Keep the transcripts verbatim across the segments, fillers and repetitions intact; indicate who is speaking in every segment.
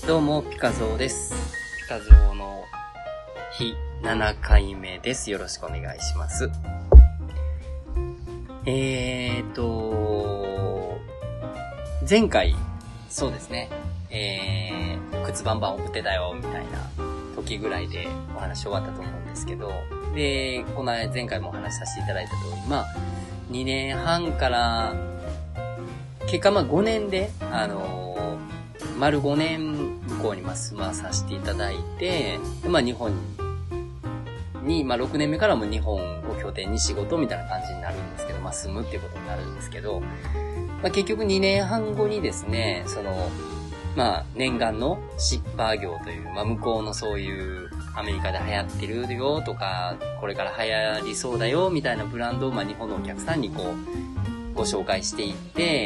Speaker 1: どうもピカゾーです。ピカゾーの日ななかいめです。よろしくお願いします。えーと前回そうですね、えー、靴バンバン送ってたよみたいな時ぐらいでお話終わったと思うんですけど、でこの前回もお話しさせていただいた通り、まあにねんはんから結果まあごねんであのー、丸ごねん向こうにまあ住まさせていただいて、でまあ日本にまあろくねんめからも日本を拠点に仕事みたいな感じになるんですけど、まあ住むっていうことになるんですけど、まあ結局にねんはんごにですね、そのまあ念願のシッパー業という、まあ向こうのそういうアメリカで流行ってるよとか、これから流行りそうだよみたいなブランドをまあ日本のお客さんにこうご紹介していって、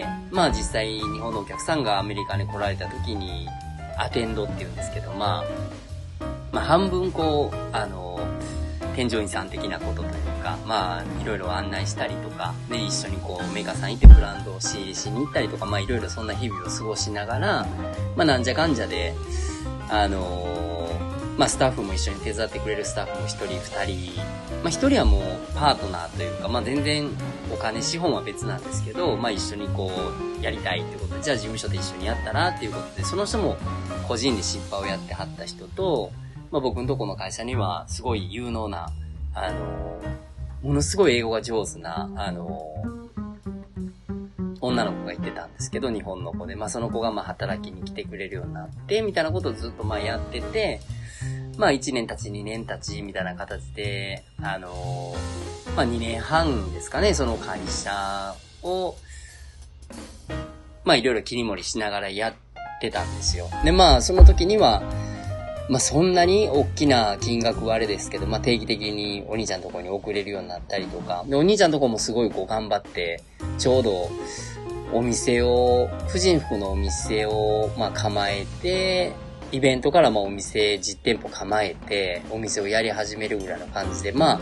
Speaker 1: まあ実際日本のお客さんがアメリカに来られた時にアテンドっていうんですけど、まあまあ半分こうあの添乗員さん的なことというか、まあいろいろ案内したりとかね、一緒にこうメーカーさん行ってブランドを仕入れしに行ったりとか、まあいろいろそんな日々を過ごしながら、まあなんじゃかんじゃであのー、まあスタッフも一緒に手伝ってくれるスタッフも一人二人、まあ一人はもうパートナーというか、まあ全然お金資本は別なんですけど、まあ一緒にこうやりたいってことで、じゃあ事務所で一緒にやったらっていうことで、その人も個人でシッパーをやってはった人と、まあ僕のとこの会社にはすごい有能な、あのー、ものすごい英語が上手な、あのー、女の子がいてたんですけど、日本の子で、まあその子がまあ働きに来てくれるようになって、みたいなことをずっとまあやってて、まあいちねん経ちにねん経ちみたいな形で、あのー、まあにねんはんですかね、その会社を、まあいろいろ切り盛りしながらやってたんですよ。でまあその時には、まあそんなに大きな金額はあれですけど、まあ定期的にお兄ちゃんのところに送れるようになったりとか、でお兄ちゃんのところもすごいこう頑張って、ちょうどお店を、婦人服のお店をまあ構えて、イベントからまあお店実店舗構えて、お店をやり始めるぐらいの感じで、まあ、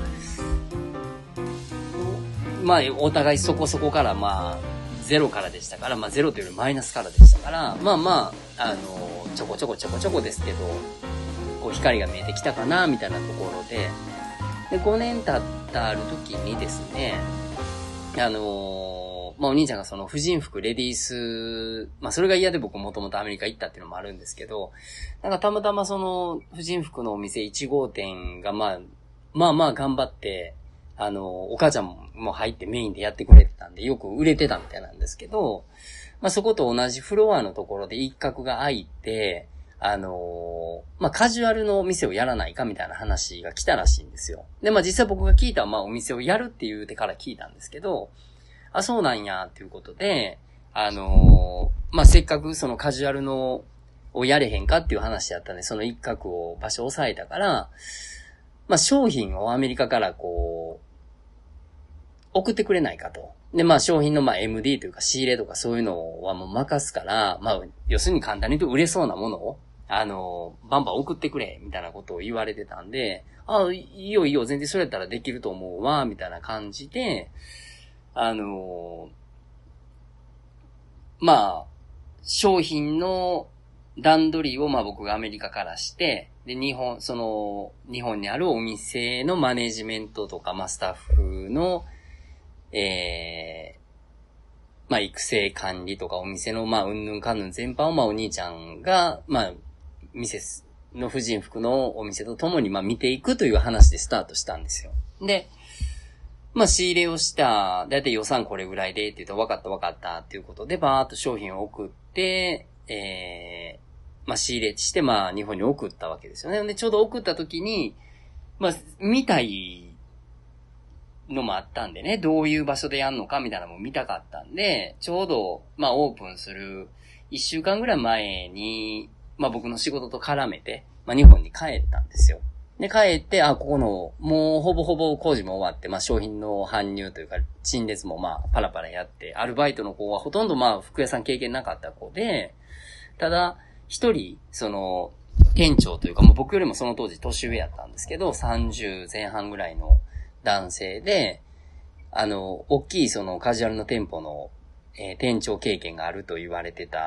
Speaker 1: まあお互いそこそこからまあ、ゼロからでしたから、まあゼロというよりマイナスからでしたから、まあまあ、あの、ちょこちょこちょこちょこですけど、こう光が見えてきたかな、みたいなところで、で、ごねん経ったある時にですね、あの、まあお兄ちゃんがその婦人服、レディース、まあそれが嫌で僕もともとアメリカ行ったっていうのもあるんですけど、なんかたまたまその婦人服のお店いち号店がまあ、まあまあ頑張って、あの、お母ちゃんも入ってメインでやってくれてたんで、よく売れてたみたいなんですけど、まあそこと同じフロアのところで一角が空いて、あのー、まあカジュアルのお店をやらないかみたいな話が来たらしいんですよ。で、まあ実際僕が聞いたまあお店をやるって言うてから聞いたんですけど、あ、そうなんやっていうことで、あのー、まあせっかくそのカジュアルのをやれへんかっていう話やったんで、その一角を場所を押さえたから、まあ商品をアメリカからこう、送ってくれないかと。で、まあ商品のまあ エムディー というか仕入れとかそういうのはもう任すから、まあ要するに簡単に言うと売れそうなものを、あの、バンバン送ってくれ、みたいなことを言われてたんで、あ、いいよいいよ、全然それやったらできると思うわ、みたいな感じで、あの、まあ、商品の段取りをまあ僕がアメリカからして、で、日本、その、日本にあるお店のマネジメントとか、まあスタッフの、えー、まあ、育成管理とかお店の、まあ、うんぬんかんぬん全般を、まあ、お兄ちゃんが、まあ、店の婦人服のお店と共に、まあ、見ていくという話でスタートしたんですよ。で、まあ、仕入れをした、だいたい予算これぐらいでって言うと、分かった分かったっていうことで、バーっと商品を送って、えー、まあ、仕入れして、まあ、日本に送ったわけですよね。で、ちょうど送った時に、まあ、見たい、のもあったんでね、どういう場所でやんのかみたいなのも見たかったんで、ちょうど、まあオープンする一週間ぐらい前に、まあ僕の仕事と絡めて、まあ日本に帰ったんですよ。で、帰って、あ、ここの、もうほぼほぼ工事も終わって、まあ商品の搬入というか、陳列もまあパラパラやって、アルバイトの子はほとんどまあ服屋さん経験なかった子で、ただ、一人、その、店長というか、もう僕よりもその当時年上やったんですけど、さんじゅうぜん半ぐらいの、男性で、あの、大きいそのカジュアルの店舗の、えー、店長経験があると言われてた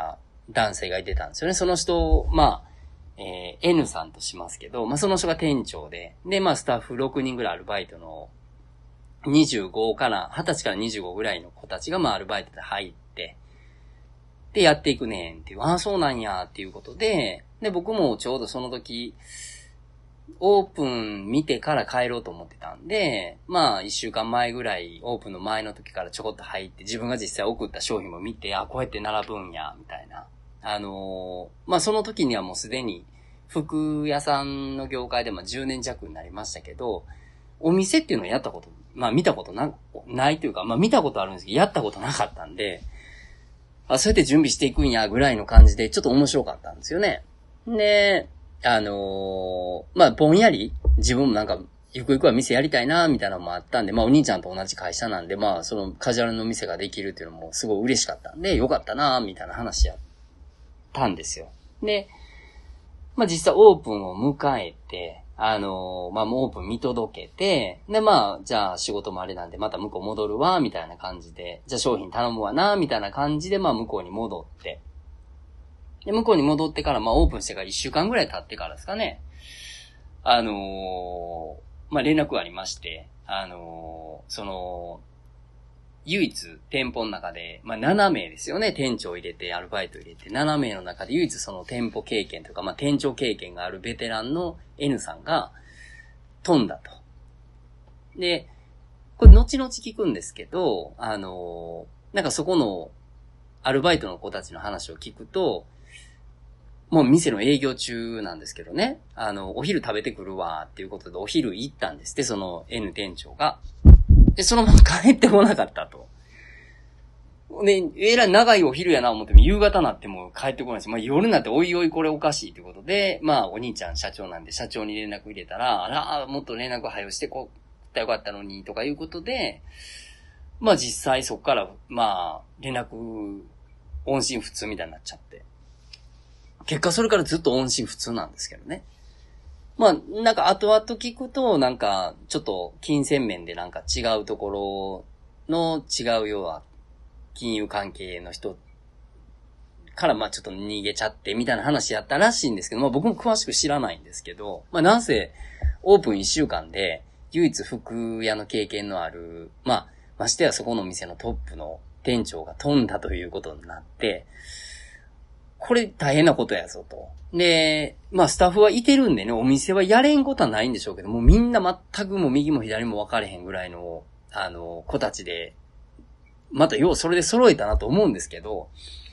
Speaker 1: 男性がいてたんですよね。その人、まあ、えー、N さんとしますけど、まあその人が店長で、で、まあスタッフろくにんぐらいアルバイトのにじゅうごから、はたちからにじゅうごぐらいの子たちがまあアルバイトで入って、で、やっていくねんっていう、ああ、そうなんやっていうことで、で、僕もちょうどその時、オープン見てから帰ろうと思ってたんで、まあ一週間前ぐらい、オープンの前の時からちょこっと入って、自分が実際送った商品も見て、あ、こうやって並ぶんや、みたいな。あのー、まあその時にはもうすでに、服屋さんの業界でもじゅうねん弱になりましたけど、お店っていうのをやったこと、まあ見たことな、ないというか、まあ見たことあるんですけど、やったことなかったんで、あ、そうやって準備していくんや、ぐらいの感じで、ちょっと面白かったんですよね。で、あのー、まあ、ぼんやり、自分もなんか、ゆくゆくは店やりたいな、みたいなのもあったんで、まあ、お兄ちゃんと同じ会社なんで、まあ、そのカジュアルの店ができるっていうのもすごい嬉しかったんで、よかったな、みたいな話やったんですよ。で、まあ、実際オープンを迎えて、あのー、まあ、もうオープン見届けて、で、まあ、じゃあ仕事もあれなんで、また向こう戻るわ、みたいな感じで、じゃあ商品頼むわな、みたいな感じで、まあ、向こうに戻って、で、向こうに戻ってから、まあ、オープンしてからいっしゅうかんぐらい経ってからですかね。あのー、まあ、連絡がありまして、あのー、その、唯一店舗の中で、まあ、ななめいですよね。店長入れて、アルバイト入れて、ななめいの中で唯一その店舗経験というか、まあ、店長経験があるベテランの N さんが飛んだと。で、これ後々聞くんですけど、あのー、なんかそこのアルバイトの子たちの話を聞くと、もう店の営業中なんですけどね。あの、お昼食べてくるわっていうことでお昼行ったんですって、その N 店長が。で、そのまま帰ってこなかったと。で、えらい長いお昼やな思っても夕方になっても帰ってこないし、まあ夜になっておいおいこれおかしいってことで、まあお兄ちゃん社長なんで社長に連絡入れたら、あら、もっと連絡早よしてこったらよかったのにとかいうことで、まあ実際そっから、まあ連絡、音信不通みたいになっちゃって。結果それからずっと音信不通なんですけどね。まあ、なんか後々聞くと、なんかちょっと金銭面でなんか違うところの違うような金融関係の人からまあちょっと逃げちゃってみたいな話やったらしいんですけど、まあ僕も詳しく知らないんですけど、まあなんせオープンいっしゅうかんで唯一服屋の経験のある、まあましてやそこの店のトップの店長が飛んだということになって、これ大変なことやぞと。で、まあスタッフはいてるんでね、お店はやれんことはないんでしょうけど、もうみんな全くもう右も左も分かれへんぐらいの、あの、子たちで、またようそれで揃えたなと思うんですけど、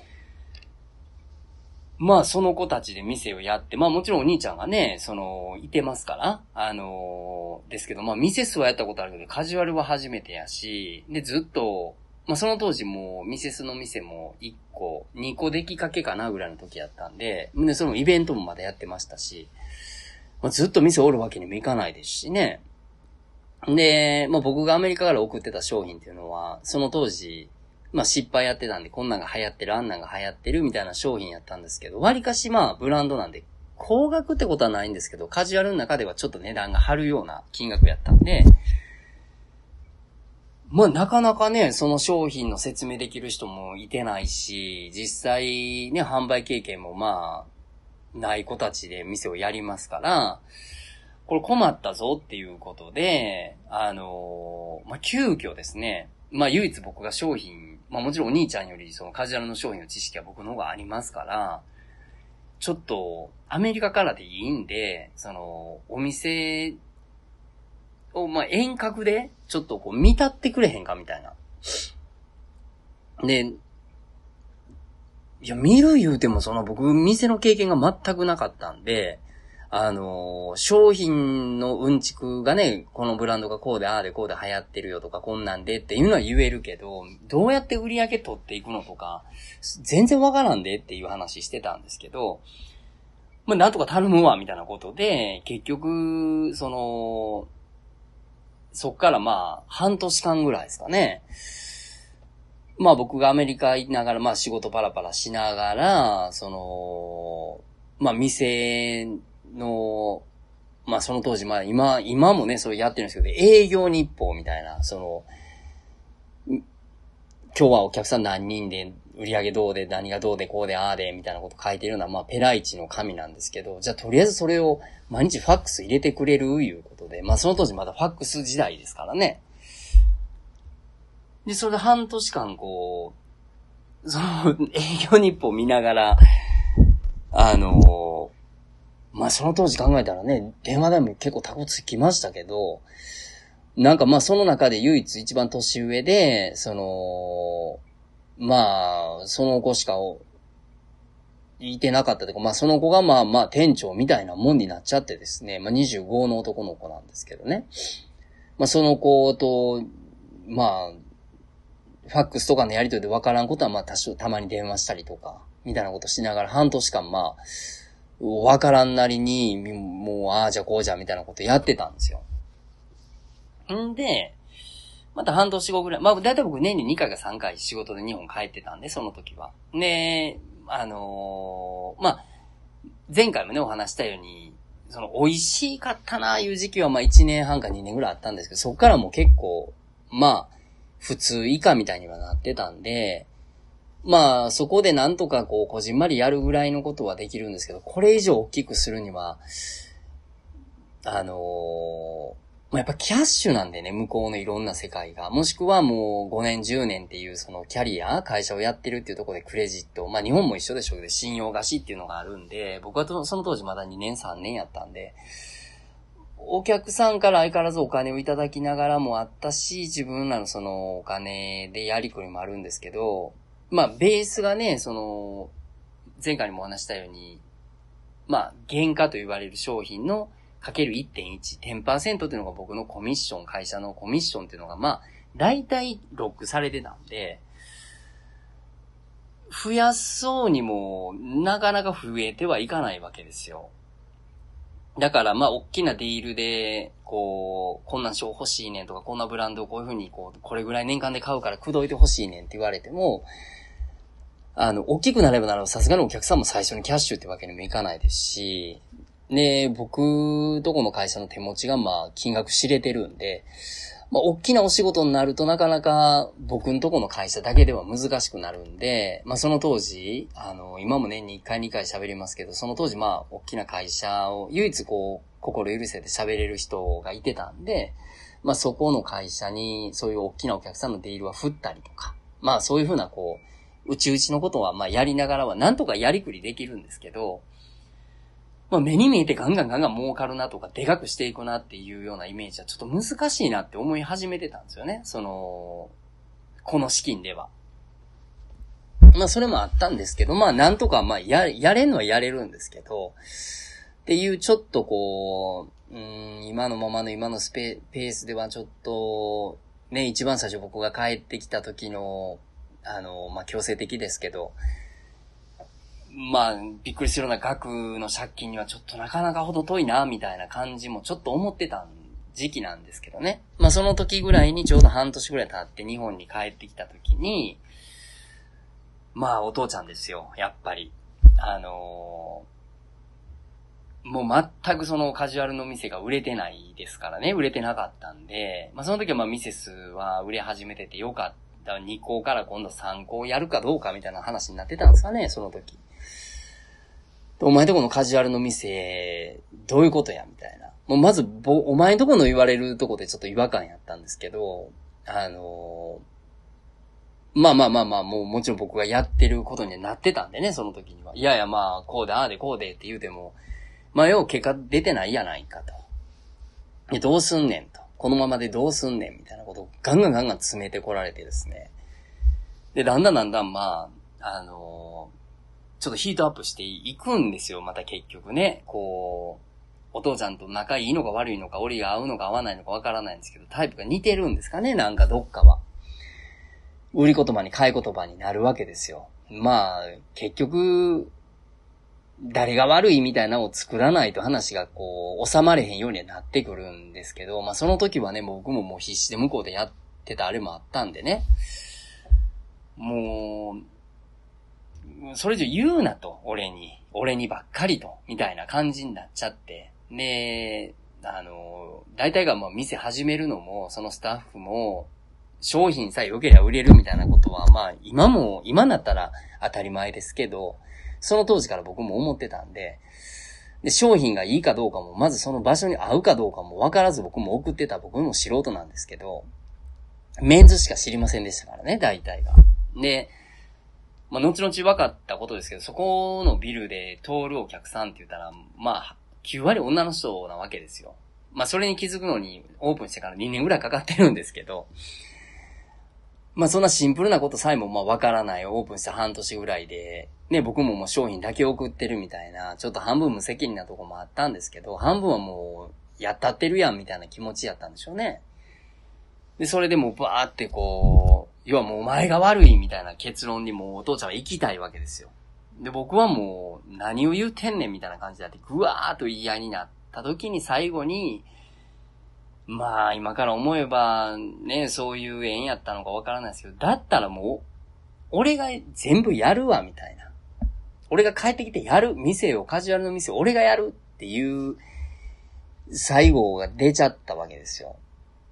Speaker 1: まあその子たちで店をやって、まあもちろんお兄ちゃんがね、その、いてますから、あの、ですけど、まあ店数はやったことあるけど、カジュアルは初めてやし、で、ずっと、まあその当時もう、ミセスの店もいっこ、にこできかけかなぐらいの時やったんで、で、そのイベントもまだやってましたし、まあ、ずっと店おるわけにもいかないですしね。で、まあ僕がアメリカから送ってた商品っていうのは、その当時、まあ失敗やってたんで、こんなんが流行ってる、あんなんが流行ってるみたいな商品やったんですけど、割かしまあブランドなんで、高額ってことはないんですけど、カジュアルの中ではちょっと値段が張るような金額やったんで、まあなかなかね、その商品の説明できる人もいてないし、実際ね、販売経験もまあ、ない子たちで店をやりますから、これ困ったぞっていうことで、あのー、まあ急遽ですね、まあ唯一僕が商品、まあもちろんお兄ちゃんよりそのカジュアルの商品の知識は僕の方がありますから、ちょっとアメリカからでいいんで、その、お店、を、まあ、遠隔で、ちょっとこう、見立ってくれへんかみたいな。で、いや、見る言うても、その、僕、店の経験が全くなかったんで、あのー、商品のうんちくがね、このブランドがこうで、ああでこうで流行ってるよとか、こんなんでっていうのは言えるけど、どうやって売り上げ取っていくのとか、全然わからんでっていう話してたんですけど、まあ、なんとか頼むわ、みたいなことで、結局、その、そっからまあ、半年間ぐらいですかね。まあ僕がアメリカ行きながら、まあ仕事パラパラしながら、その、まあ店の、まあその当時、まあ今、今もね、それやってるんですけど、営業日報みたいな、その、 今日はお客さん何人で、売り上げどうで、何がどうで、こうで、ああで、みたいなこと書いてるのは、まあ、ペライチの紙なんですけど、じゃあ、とりあえずそれを毎日ファックス入れてくれるいうことで、まあ、その当時まだファックス時代ですからね。で、それで半年間、こう、その、営業日報を見ながら、あの、まあ、その当時考えたらね、電話代も結構タコつきましたけど、なんかまあ、その中で唯一一番年上で、その、まあ、その子しかいてなかったというか、まあその子がまあまあ店長みたいなもんになっちゃってですね、まあにじゅうごの男の子なんですけどね。まあその子と、まあ、ファックスとかのやりとりでわからんことはまあ多少たまに電話したりとか、みたいなことしながら半年間まあ、わからんなりに、もうああじゃこうじゃみたいなことやってたんですよ。んで、また半年後ぐらい、まあ、だいたい僕年ににかいかさんかい仕事で日本帰ってたんで、その時は。で、あのー、まあ、前回もね、お話したように、その、美味しかったなーいう時期は、まあ、いちねんはんかにねんぐらいあったんですけど、そこからもう結構、まあ、普通以下みたいにはなってたんで、まあ、そこでなんとかこう、こじんまりやるぐらいのことはできるんですけど、これ以上大きくするには、あのー、まあ、やっぱキャッシュなんでね、向こうのいろんな世界が。もしくはもうごねんじゅうねんっていうそのキャリア、会社をやってるっていうところでクレジット。まあ日本も一緒でしょうけど、信用貸しっていうのがあるんで、僕はその当時まだにねんさんねんやったんで、お客さんから相変わらずお金をいただきながらもあったし、自分らのそのお金でやりくりもあるんですけど、まあベースがね、その、前回にもお話したように、まあ原価と言われる商品のかける いってんいち、じゅっパーセント っていうのが僕のコミッション、会社のコミッションっていうのがまあ、大体ロックされてたんで、増やそうにもなかなか増えてはいかないわけですよ。だからまあ、大きなディールで、こう、こんな賞欲しいねんとか、こんなブランドをこういう風にこう、これぐらい年間で買うから口説いて欲しいねんって言われても、あの、大きくなればならばさすがにお客さんも最初にキャッシュってわけにもいかないですし、で、僕とこの会社の手持ちがまあ金額知れてるんで、まあ大きなお仕事になるとなかなか僕のとこの会社だけでは難しくなるんで、まあその当時、あの、今も年にいっかいにかい喋りますけど、その当時まあ大きな会社を唯一こう心許せて喋れる人がいてたんで、まあそこの会社にそういう大きなお客さんのディールは振ったりとか、まあそういうふうなこう、うちうちのことはまあやりながらはなんとかやりくりできるんですけど、まあ目に見えてガンガンガンガン儲かるなとかでかくしていくなっていうようなイメージはちょっと難しいなって思い始めてたんですよね。その、この資金では。まあそれもあったんですけど、まあなんとかまあや、やれんのはやれるんですけど、っていうちょっとこう、うーん、今のままの今のスペ、ペースではちょっと、ね、一番最初僕が帰ってきた時の、あの、まあ強制的ですけど、まあ、びっくりするような額の借金にはちょっとなかなかほど遠いな、みたいな感じもちょっと思ってた時期なんですけどね。まあその時ぐらいにちょうど半年ぐらい経って日本に帰ってきた時に、まあお父ちゃんですよ、やっぱり。あのー、もう全くそのカジュアルの店が売れてないですからね、売れてなかったんで、まあその時はまあミセスは売れ始めててよかった。に校から今度さん校やるかどうかみたいな話になってたんですかね、その時。お前んとこのカジュアルの店、どういうことやみたいな。もうまず、ぼ、お前んとこの言われるとこでちょっと違和感やったんですけど、あのー、まあまあまあまあ、もうもちろん僕がやってることになってたんでね、その時には。いやいやまあ、こうで、ああで、こうでって言うても、まあ要は結果出てないやないかと。で、どうすんねんと。このままでどうすんねんみたいなことをガンガンガンガン詰めてこられてですね。で、だんだんだんだんまあ、あのー、ちょっとヒートアップしていくんですよ、また結局ね。こう、お父ちゃんと仲いいのか悪いのか、折りが合うのか合わないのかわからないんですけど、タイプが似てるんですかね、なんかどっかは。売り言葉に買い言葉になるわけですよ。まあ、結局、誰が悪いみたいなのを作らないと話がこう、収まれへんようにはなってくるんですけど、まあその時はね、僕ももう必死で向こうでやってたあれもあったんでね。もう、それ以上言うなと、俺に。俺にばっかりと、みたいな感じになっちゃって。で、あの、大体がまあ店始めるのも、そのスタッフも、 商品さえ良ければ売れるみたいなことは、まあ今も、今になったら当たり前ですけど、その当時から僕も思ってたんで、で、商品がいいかどうかも、まずその場所に合うかどうかも分からず僕も送ってた僕も素人なんですけど、メンズしか知りませんでしたからね、大体が。で、まあ、後々分かったことですけど、そこのビルで通るお客さんって言ったら、まあ、きゅう割女の人なわけですよ。まあ、それに気づくのにオープンしてからにねんぐらいかかってるんですけど、まあ、そんなシンプルなことさえもまあ分からないオープンして半年ぐらいで、ね、僕ももう商品だけ送ってるみたいな、ちょっと半分無責任なとこもあったんですけど、半分はもう、やったってるやんみたいな気持ちやったんでしょうね。で、それでもうバーってこう、要はもうお前が悪いみたいな結論にもうお父ちゃんは行きたいわけですよ。で、僕はもう何を言うてんねんみたいな感じであって、ぐわーっと言い合いになった時に最後に、まあ今から思えばね、そういう縁やったのかわからないですけど、だったらもう、俺が全部やるわみたいな。俺が帰ってきてやる、店を、カジュアルの店を俺がやるっていう最後が出ちゃったわけですよ。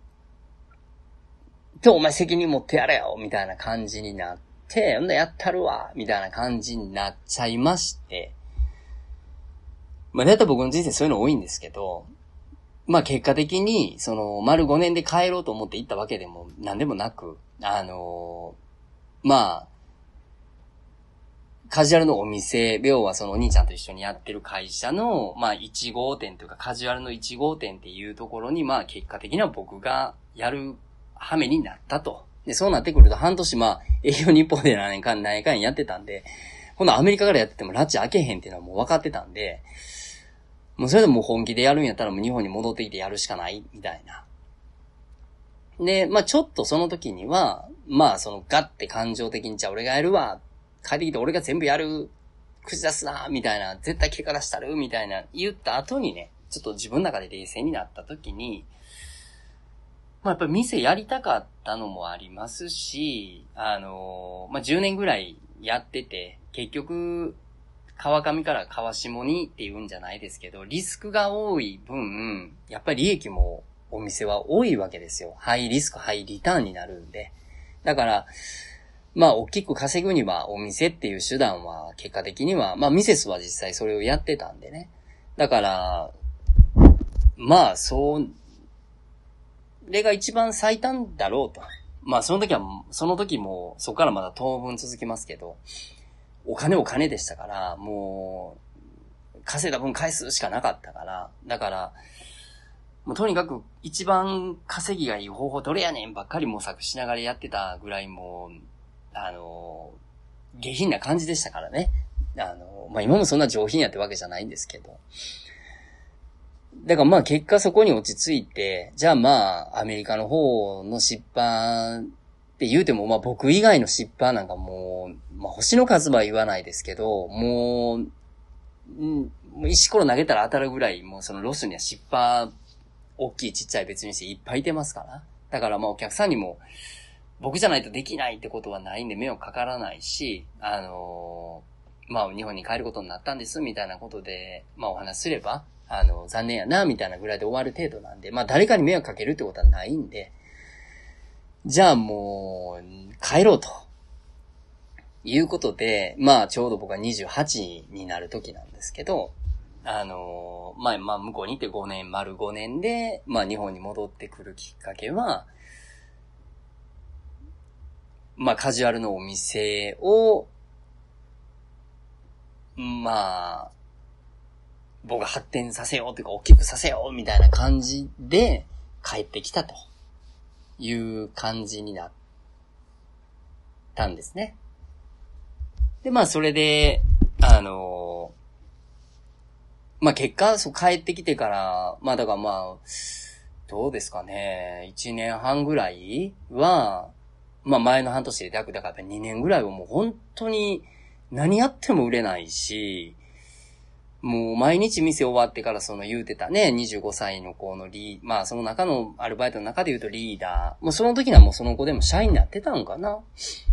Speaker 1: で、お前責任持ってやれよみたいな感じになって、んだやったるわみたいな感じになっちゃいまして。まあ、だいたい僕の人生そういうの多いんですけど、まあ結果的に、その、丸ごねんで帰ろうと思って行ったわけでも何でもなく、あのー、まあ、カジュアルのお店、要はそのお兄ちゃんと一緒にやってる会社の、まあいち号店というかカジュアルのいち号店っていうところに、まあ結果的には僕がやる羽目になったと。で、そうなってくると半年まあ、営業日本で何年間何年間やってたんで、今度アメリカからやってても拉致開けへんっていうのはもう分かってたんで、もうそれでもう本気でやるんやったらもう日本に戻ってきてやるしかない、みたいな。で、まあちょっとその時には、まあそのガッて感情的にじゃあ俺がやるわ、帰ってきて俺が全部やる、口出すな、みたいな、絶対結果出したる、みたいな言った後にね、ちょっと自分の中で冷静になった時に、まあやっぱり店やりたかったのもありますし、あのー、まあじゅうねんぐらいやってて、結局、川上から川下にっていうんじゃないですけど、リスクが多い分、やっぱり利益もお店は多いわけですよ。ハイリスク、ハイリターンになるんで。だから、まあ大きく稼ぐにはお店っていう手段は結果的には、まあミセスは実際それをやってたんでね。だから、まあそう、それが一番最短だろうと。まあその時は、その時もそこからまだ当分続きますけど、お金お金でしたから、もう、稼いだ分返すしかなかったから、だから、もうとにかく一番稼ぎがいい方法どれやねんばっかり模索しながらやってたぐらいもう、あの、下品な感じでしたからね。あの、まあ今もそんな上品やってわけじゃないんですけど。だからまあ結果そこに落ち着いて、じゃあまあアメリカの方の出版って言うてもまあ僕以外の出版なんかもう、まあ星の数は言わないですけど、もう、うん、もう石ころ投げたら当たるぐらいもうそのロスには出版、大きいちっちゃい別にしていっぱいいてますから。だからまあお客さんにも僕じゃないとできないってことはないんで迷惑かからないし、あのー、まあ日本に帰ることになったんですみたいなことで、まあお話すれば、あの、残念やな、みたいなぐらいで終わる程度なんで、まあ誰かに迷惑かけるってことはないんで、じゃあもう、帰ろうと。いうことで、まあちょうど僕はにじゅうはちになる時なんですけど、あの、まあまあ向こうに行ってごねん、丸ごねんで、まあ日本に戻ってくるきっかけは、まあカジュアルのお店を、まあ、僕が発展させようというか大きくさせようみたいな感じで帰ってきたという感じになったんですね。で、まあそれで、あの、まあ結果、そう帰ってきてから、まあだからまあ、どうですかね、いちねんはんぐらいは、まあ前の半年でだくだからにねんぐらいはもう本当に何やっても売れないし、もう毎日店終わってからその言うてたね、にじゅうごさいの子のリー、まあその中のアルバイトの中で言うとリーダー、もうその時にはもうその子でも社員になってたんかな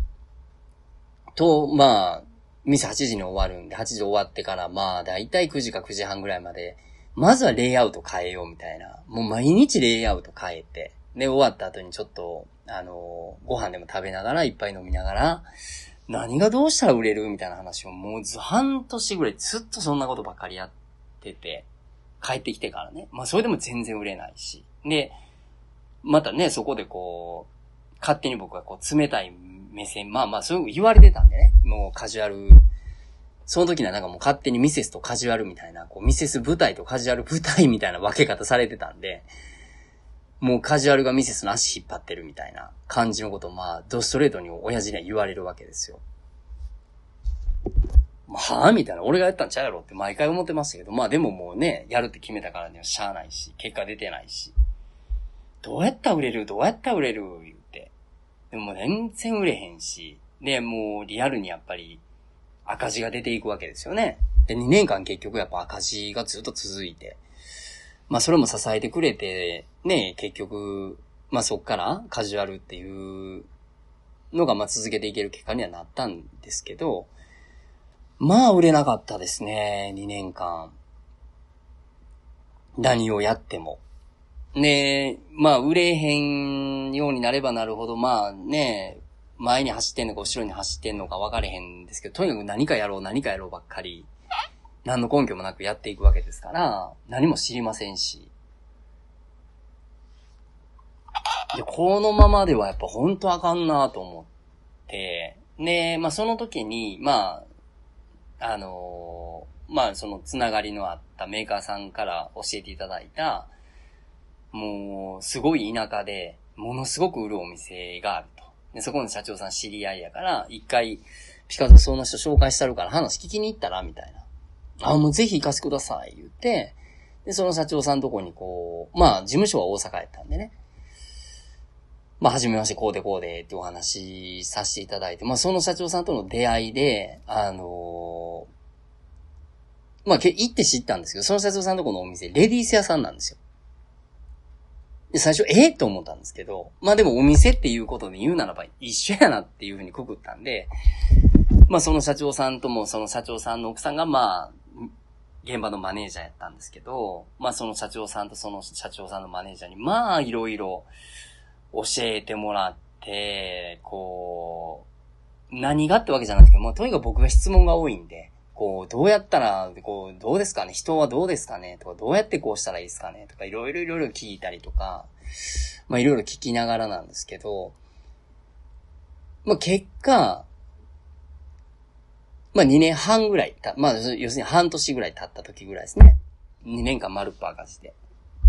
Speaker 1: と、まあ、店はちじに終わるんで、はちじ終わってからまあだいたいくじかくじはんぐらいまで、まずはレイアウト変えようみたいな。もう毎日レイアウト変えて、で終わった後にちょっとあの、ご飯でも食べながら、いっぱい飲みながら、何がどうしたら売れるみたいな話をもうず半年ぐらいずっとそんなことばっかりやってて、帰ってきてからね。まあそれでも全然売れないし。で、またね、そこでこう、勝手に僕はこう冷たい目線、まあまあそういう言われてたんでね。もうカジュアル、その時にはなんかもう勝手にミセスとカジュアルみたいな、こうミセス舞台とカジュアル舞台みたいな分け方されてたんで、もうカジュアルがミセスの足引っ張ってるみたいな感じのことをまあドストレートに親父には言われるわけですよ。はぁみたいな。俺がやったんちゃうやろって毎回思ってましたけど、まあでももうね、やるって決めたからにはしゃあないし、結果出てないし。どうやったら売れるどうやったら売れる言って。でももう全然売れへんし。で、もうリアルにやっぱり赤字が出ていくわけですよね。で、にねんかん結局やっぱ赤字がずっと続いて。まあそれも支えてくれて、ね、結局、まあそっからカジュアルっていうのがまあ続けていける結果にはなったんですけど、まあ売れなかったですね、にねんかん。何をやっても。ね、まあ売れへんようになればなるほど、まあね、前に走ってんのか後ろに走ってんのか分かれへんですけど、とにかく何かやろう何かやろうばっかり、何の根拠もなくやっていくわけですから、何も知りませんし。で、このままではやっぱ本当あかんなと思って、で、まあその時に、まあ、あのー、まあそのつながりのあったメーカーさんから教えていただいた、もうすごい田舎でものすごく売るお店があると。で、そこの社長さん知り合いやから、一回ピカソその人紹介してあるから話聞きに行ったらみたいな。あ、もうぜひ行かせてください言って、で、その社長さんのとこにこう、まあ事務所は大阪やったんでね。まあ、はじめまして、こうでこうでってお話しさせていただいて、まあ、その社長さんとの出会いで、あのー、まあ、行って知ったんですけど、その社長さんのとこのお店、レディース屋さんなんですよ。で、最初、えー、と思ったんですけど、まあでもお店っていうことで言うならば一緒やなっていうふうにくくったんで、まあその社長さんとも、その社長さんの奥さんがまあ、現場のマネージャーやったんですけど、まあその社長さんとその社長さんのマネージャーに、まあいろいろ、教えてもらって、こう、何がってわけじゃなくて、もうとにかく僕が質問が多いんで、こう、どうやったら、こう、どうですかね人はどうですかねとか、どうやってこうしたらいいですかねとか、いろいろいろいろ聞いたりとか、まあいろいろ聞きながらなんですけど、まあ結果、まあにねんはんぐらいた、まあ要するに半年ぐらい経った時ぐらいですね。にねんかん丸っぽ赤字で。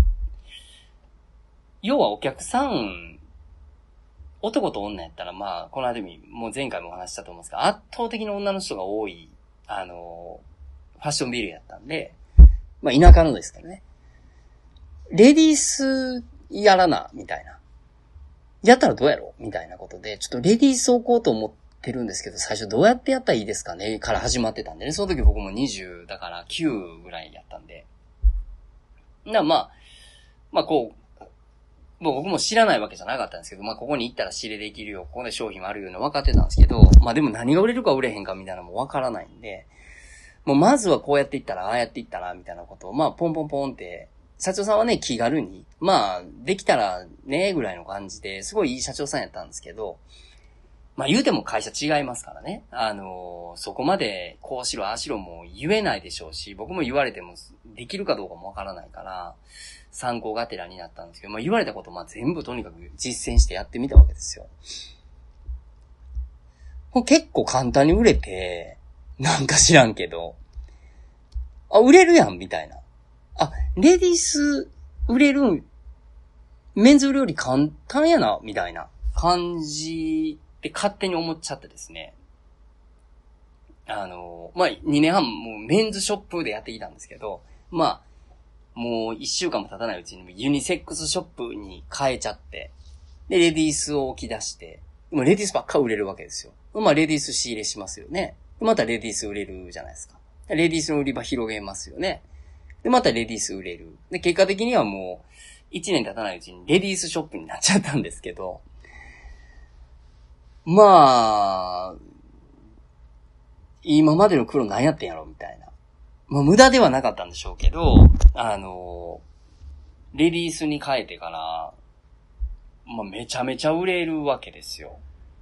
Speaker 1: 要はお客さん、男と女やったらまあ、この間にもう前回もお話したと思うんですが、圧倒的な女の人が多い、あの、ファッションビルやったんで、まあ田舎のですからね。レディースやらな、みたいな。やったらどうやろうみたいなことで、ちょっとレディース置こうと思ってるんですけど、最初どうやってやったらいいですかねから始まってたんでね。その時僕もにじゅうだからきゅうぐらいやったんで。な、まあ、まあこう、もう僕も知らないわけじゃなかったんですけど、まあここに行ったら仕入れできるよ、ここで商品あるような分かってたんですけど、まあでも何が売れるか売れへんかみたいなのも分からないんで、もうまずはこうやっていったら、ああやっていったら、みたいなことを、まあポンポンポンって、社長さんはね、気軽に、まあできたらね、ぐらいの感じで、すごいいい社長さんやったんですけど、まあ言うても会社違いますからね。あのー、そこまでこうしろ、ああしろも言えないでしょうし、僕も言われてもできるかどうかもわからないから、参考がてらになったんですけど、まあ言われたことまあ全部とにかく実践してやってみたわけですよ。結構簡単に売れて、なんか知らんけど、あ、売れるやん、みたいな。あ、レディース売れる、メンズ売るより簡単やな、みたいな感じで勝手に思っちゃってですね。あの、まあ、にねんはんもうメンズショップでやってきたんですけど、まあ、もう一週間も経たないうちにユニセックスショップに変えちゃって、で、レディースを置き出して、もうレディースばっか売れるわけですよ。まあ、レディース仕入れしますよね。またレディース売れるじゃないですか。レディースの売り場広げますよね。で、またレディース売れる。で、結果的にはもう、一年経たないうちにレディースショップになっちゃったんですけど、まあ、今までの苦労何やってんやろみたいな。まあ無駄ではなかったんでしょうけど、あの、レディースに変えてから、 まあ、めちゃめちゃ売れるわけですよ。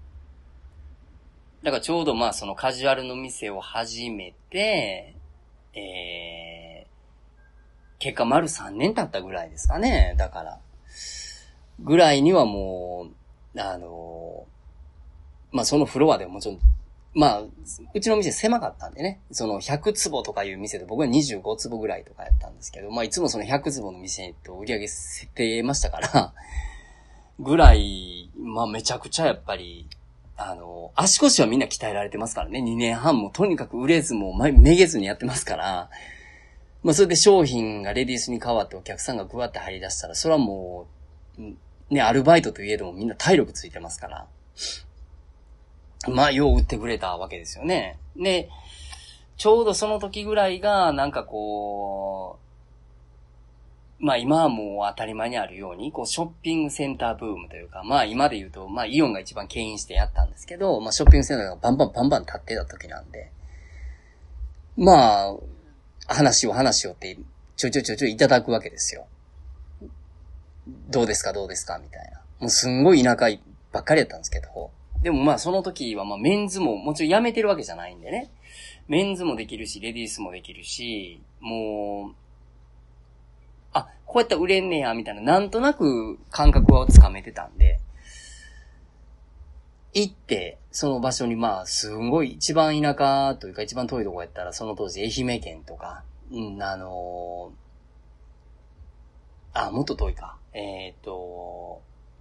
Speaker 1: だからちょうどまあそのカジュアルの店を始めて、えー、結果丸さんねん経ったぐらいですかね。だから、ぐらいにはもう、あのー、まあそのフロアでももちろん、まあ、うちの店狭かったんでね、そのひゃくつぼとかいう店で僕はにじゅうごつぼぐらいとかやったんですけど、まあいつもそのひゃくつぼの店と売り上げ設定ましたから、ぐらい、まあめちゃくちゃやっぱり、あの、足腰はみんな鍛えられてますからね。にねんはんもとにかく売れずもめげずにやってますから。まあそれで商品がレディースに変わってお客さんがぐわって入り出したら、それはもう、ね、アルバイトといえどもみんな体力ついてますから。まあ、よう売ってくれたわけですよね。で、ちょうどその時ぐらいが、なんかこう、まあ今はもう当たり前にあるように、こうショッピングセンターブームというか、まあ今で言うと、まあイオンが一番牽引してやったんですけど、まあショッピングセンターがバンバンバンバン立ってた時なんで、まあ、話を話をって、ちょいちょいちょいちょいいただくわけですよ。どうですかどうですかみたいな。もうすんごい田舎ばっかりやったんですけど、でもまあその時はまあメンズももちろんやめてるわけじゃないんでね。メンズもできるし、レディースもできるし、もう、あ、こうやったら売れんねや、みたいな、なんとなく感覚はつかめてたんで、行って、その場所にまあ、すんごい一番田舎というか一番遠いとこやったら、その当時愛媛県とか、うん、あのー、あ、もっと遠いか。えっと、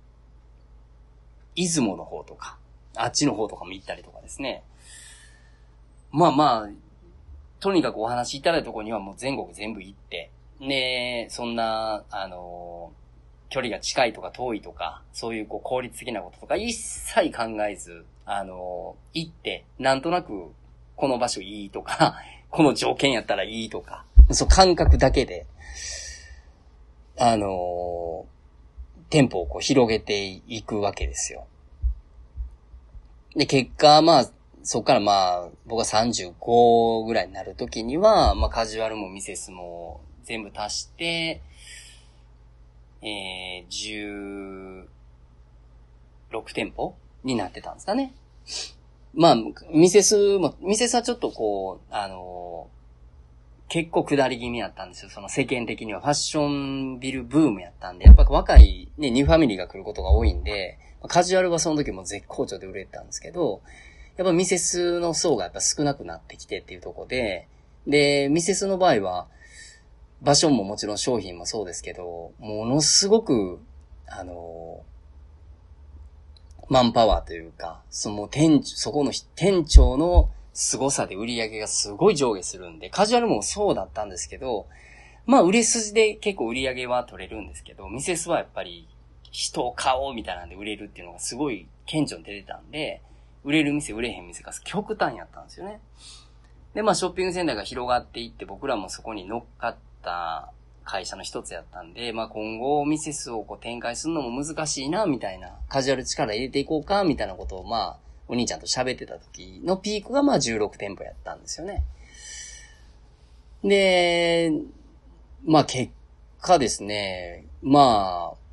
Speaker 1: 出雲の方とか、あっちの方とかも行ったりとかですね。まあまあ、とにかくお話しいただいたところにはもう全国全部行って、で、そんな、あの、距離が近いとか遠いとか、そういうこう効率的なこととか一切考えず、あの、行って、なんとなく、この場所いいとか、この条件やったらいいとか、そう感覚だけで、あの、店舗をこう広げていくわけですよ。で、結果、まあ、そこからまあ、僕がさんじゅうごぐらいになるときには、まあカジュアルもミセスも全部足して、えー、じゅうろくてんぽになってたんですかね。まあ、ミセスも、ミセスはちょっとこう、あのー、結構下り気味やったんですよ。その世間的にはファッションビルブームやったんで、やっぱ若いね、ニューファミリーが来ることが多いんで、カジュアルはその時も絶好調で売れてたんですけど、やっぱミセスの層がやっぱ少なくなってきてっていうところで、で、ミセスの場合は、場所ももちろん商品もそうですけど、ものすごく、あの、マンパワーというか、その店長、そこの店長の凄さで売り上げがすごい上下するんで、カジュアルもそうだったんですけど、まあ売れ筋で結構売り上げは取れるんですけど、ミセスはやっぱり人を買おうみたいなんで売れるっていうのがすごい顕著に出てたんで、売れる店、売れへん店が極端やったんですよね。で、まあ、ショッピングセンターが広がっていって、僕らもそこに乗っかった会社の一つやったんで、まあ、今後、ミセスをこう展開するのも難しいな、みたいな、カジュアル力入れていこうか、みたいなことを、まあ、お兄ちゃんと喋ってた時のピークが、まあ、じゅうろくてんぽやったんですよね。で、まあ、結果ですね、まあ、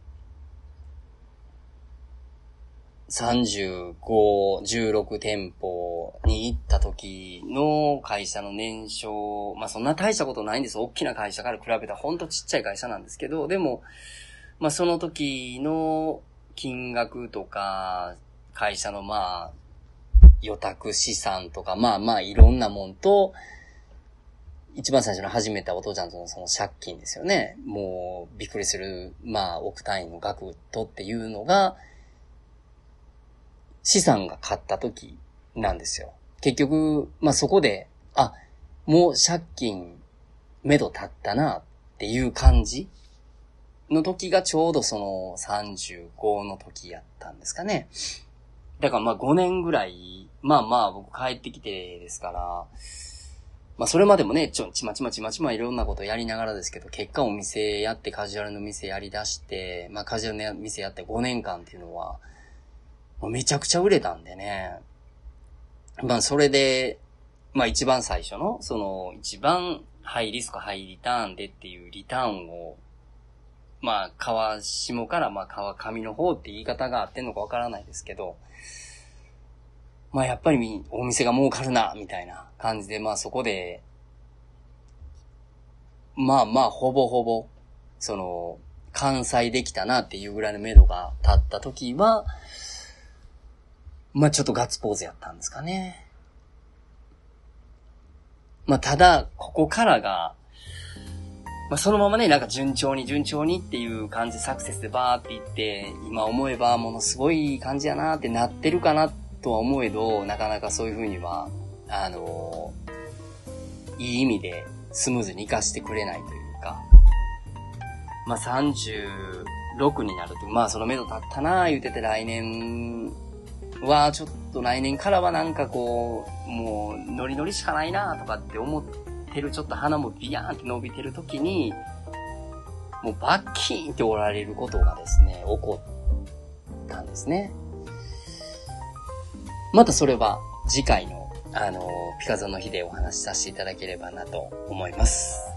Speaker 1: さんじゅうご、じゅうろくてんぽに行った時の会社の年商、まあそんな大したことないんです。大きな会社から比べたらほんとちっちゃい会社なんですけど、でも、まあその時の金額とか、会社のまあ、予託資産とか、まあまあいろんなもんと、一番最初に始めたお父ちゃんとのその借金ですよね。もうびっくりする、まあ億単位の額とっていうのが、資産が買った時なんですよ。結局、まあ、そこで、あ、もう借金、目処立ったなっていう感じの時がちょうどそのさんじゅうごの時やったんですかね。だからまあごねんぐらい、まあまあ僕帰ってきてですから、まあそれまでもね、ちょ、ちまちまちまちまいろんなことやりながらですけど、結果お店やってカジュアルの店やり出して、まあカジュアルの店やってごねんかんっていうのは、めちゃくちゃ売れたんでね。まあそれで、まあ一番最初の、その一番ハイリスクハイリターンでっていうリターンをまあ、川下からまあ川上の方って言い方があってんのかわからないですけど、まあやっぱりお店が儲かるな、みたいな感じで、まあそこで、まあまあほぼほぼ、その、完済できたなっていうぐらいの目処が立った時は、まあちょっとガッツポーズやったんですかね。まあただ、ここからが、まあそのままね、なんか順調に順調にっていう感じでサクセスでバーっていって、今思えばものすごい感じやなってなってるかなとは思えど、なかなかそういう風には、あのー、いい意味でスムーズに活かしてくれないというか、まあさんじゅうろくになると、まあその目処立ったなー言うてて来年はちょっと来年からはなんかこう、もうノリノリしかないなーとかって思ってる、ちょっと鼻もビヤーンって伸びてる時に、もうバッキーンっておられることがですね、起こったんですね。またそれは次回のあの、ピカゾンの日でお話しさせていただければなと思います。